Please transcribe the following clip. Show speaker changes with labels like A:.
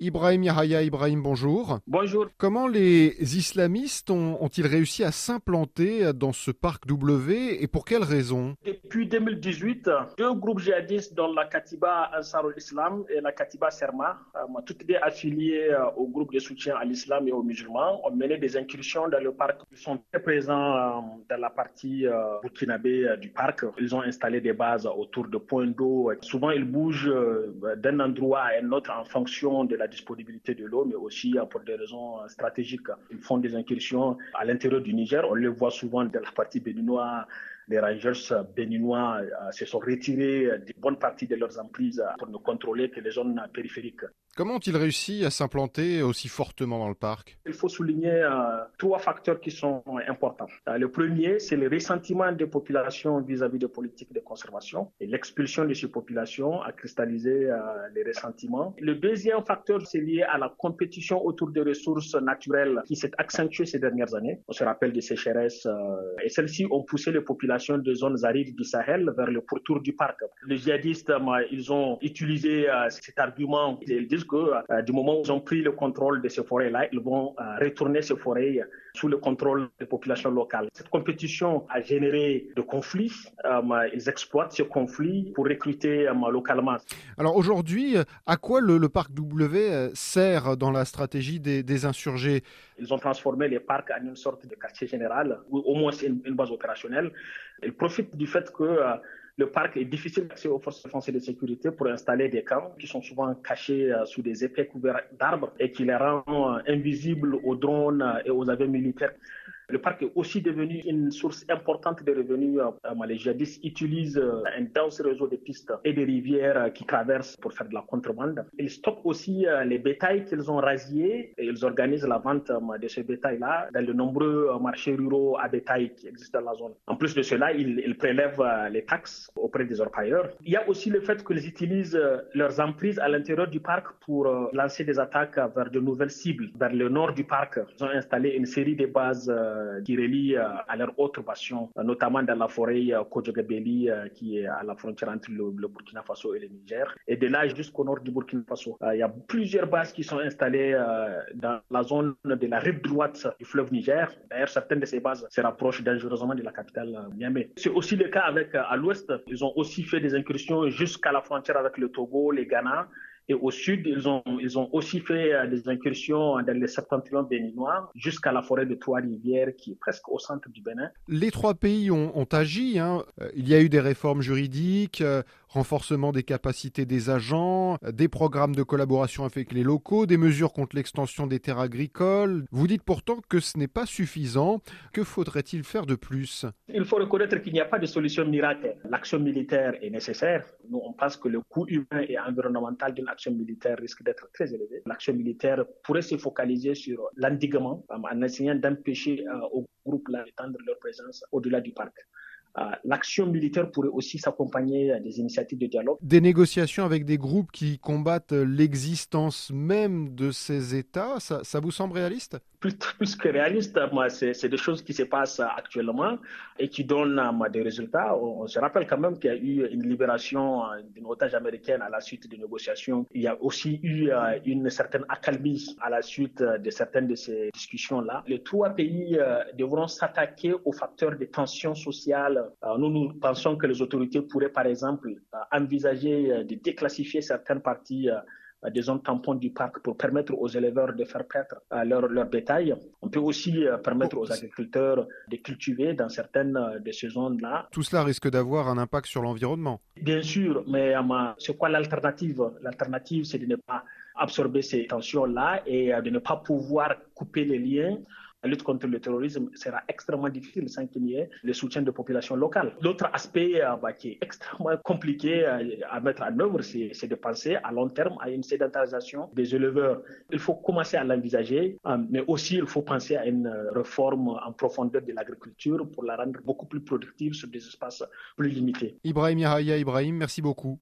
A: Ibrahim Yahya Ibrahim, bonjour.
B: Bonjour.
A: Comment les islamistes ont-ils réussi à s'implanter dans ce parc W et pour quelles raisons?
B: Depuis 2018, deux groupes djihadistes, dont la Katiba Ansarul Islam et la Katiba Serma, toutes deux affiliées au groupe de soutien à l'islam et aux musulmans, ont mené des incursions dans le parc. Ils sont très présents dans la partie burkinabé du parc. Ils ont installé des bases autour de points d'eau. Souvent, ils bougent d'un endroit à un autre en fonction de la disponibilité de l'eau, mais aussi pour des raisons stratégiques. Ils font des incursions à l'intérieur du Niger. On les voit souvent dans la partie béninoise. Les Rangers béninois se sont retirés d'une bonne partie de leurs emprises pour ne contrôler que les zones périphériques.
A: Comment ont-ils réussi à s'implanter aussi fortement dans le parc?
B: Il faut souligner trois facteurs qui sont importants. Le premier, c'est le ressentiment des populations vis-à-vis des politiques de conservation. Et l'expulsion de ces populations a cristallisé les ressentiments. Le deuxième facteur, c'est lié à la compétition autour des ressources naturelles qui s'est accentuée ces dernières années. On se rappelle des sécheresses et celles-ci ont poussé les populations de zones arides du Sahel vers le pourtour du parc. Les djihadistes, ils ont utilisé cet argument. Ils disent que du moment où ils ont pris le contrôle de ces forêts-là, ils vont retourner ces forêts sous le contrôle des populations locales. Cette compétition a généré de conflits. Ils exploitent ces conflits pour recruter localement.
A: Alors aujourd'hui, à quoi le parc W sert dans la stratégie des insurgés?
B: Ils ont transformé les parcs en une sorte de quartier général, ou au moins une base opérationnelle. Ils profitent du fait que le parc est difficile d'accès aux forces de défense et de sécurité pour installer des camps qui sont souvent cachés sous des épais couverts d'arbres et qui les rendent invisibles aux drones et aux avions militaires. Le parc est aussi devenu une source importante de revenus. Les djihadistes utilisent un dense réseau de pistes et de rivières qui traversent pour faire de la contrebande. Ils stockent aussi les bétails qu'ils ont rasiés et ils organisent la vente de ce bétail-là dans de nombreux marchés ruraux à bétail qui existent dans la zone. En plus de cela, ils prélèvent les taxes auprès des orpailleurs. Il y a aussi le fait qu'ils utilisent leurs emprises à l'intérieur du parc pour lancer des attaques vers de nouvelles cibles. Vers le nord du parc, ils ont installé une série de bases qui relient à leur autre passion, notamment dans la forêt Kodjogabeli qui est à la frontière entre le Burkina Faso et le Niger. Et de là jusqu'au nord du Burkina Faso, il y a plusieurs bases qui sont installées dans la zone de la rive droite du fleuve Niger. D'ailleurs, certaines de ces bases se rapprochent dangereusement de la capitale Niamey. C'est aussi le cas avec à l'ouest. Ils ont aussi fait des incursions jusqu'à la frontière avec le Togo, le Ghana. Et au sud, ils ont aussi fait des incursions dans les septentrions béninois jusqu'à la forêt de Trois-Rivières qui est presque au centre du Bénin.
A: Les trois pays ont agi, hein. Il y a eu des réformes juridiques, renforcement des capacités des agents, des programmes de collaboration avec les locaux, des mesures contre l'extension des terres agricoles. Vous dites pourtant que ce n'est pas suffisant. Que faudrait-il faire de plus?
B: Il faut reconnaître qu'il n'y a pas de solution miracle. L'action militaire est nécessaire. Nous, on pense que le coût humain et environnemental d'une action militaire risque d'être très élevé. L'action militaire pourrait se focaliser sur l'endiguement en essayant d'empêcher aux groupes d'étendre leur présence au-delà du parc. L'action militaire pourrait aussi s'accompagner des initiatives de dialogue.
A: Des négociations avec des groupes qui combattent l'existence même de ces États, ça vous semble réaliste?
B: Plus que réaliste, c'est des choses qui se passent actuellement et qui donnent des résultats. On se rappelle quand même qu'il y a eu une libération d'une otage américaine à la suite des négociations. Il y a aussi eu une certaine accalmie à la suite de certaines de ces discussions-là. Les trois pays devront s'attaquer aux facteurs de tension sociale. Nous pensons que les autorités pourraient, par exemple, envisager de déclassifier certaines parties des zones tampons du parc pour permettre aux éleveurs de faire paître leur bétail. On peut aussi permettre aux agriculteurs de cultiver dans certaines de ces zones-là.
A: Tout cela risque d'avoir un impact sur l'environnement.
B: Bien sûr, mais c'est quoi l'alternative? L'alternative, c'est de ne pas absorber ces tensions-là et de ne pas pouvoir couper les liens. La lutte contre le terrorisme sera extrêmement difficile sans qu'il y ait le soutien de populations locales. L'autre aspect qui est extrêmement compliqué à mettre en œuvre, c'est de penser à long terme à une sédentarisation des éleveurs. Il faut commencer à l'envisager, mais aussi il faut penser à une réforme en profondeur de l'agriculture pour la rendre beaucoup plus productive sur des espaces plus limités.
A: Ibrahim Yahya Ibrahim, merci beaucoup.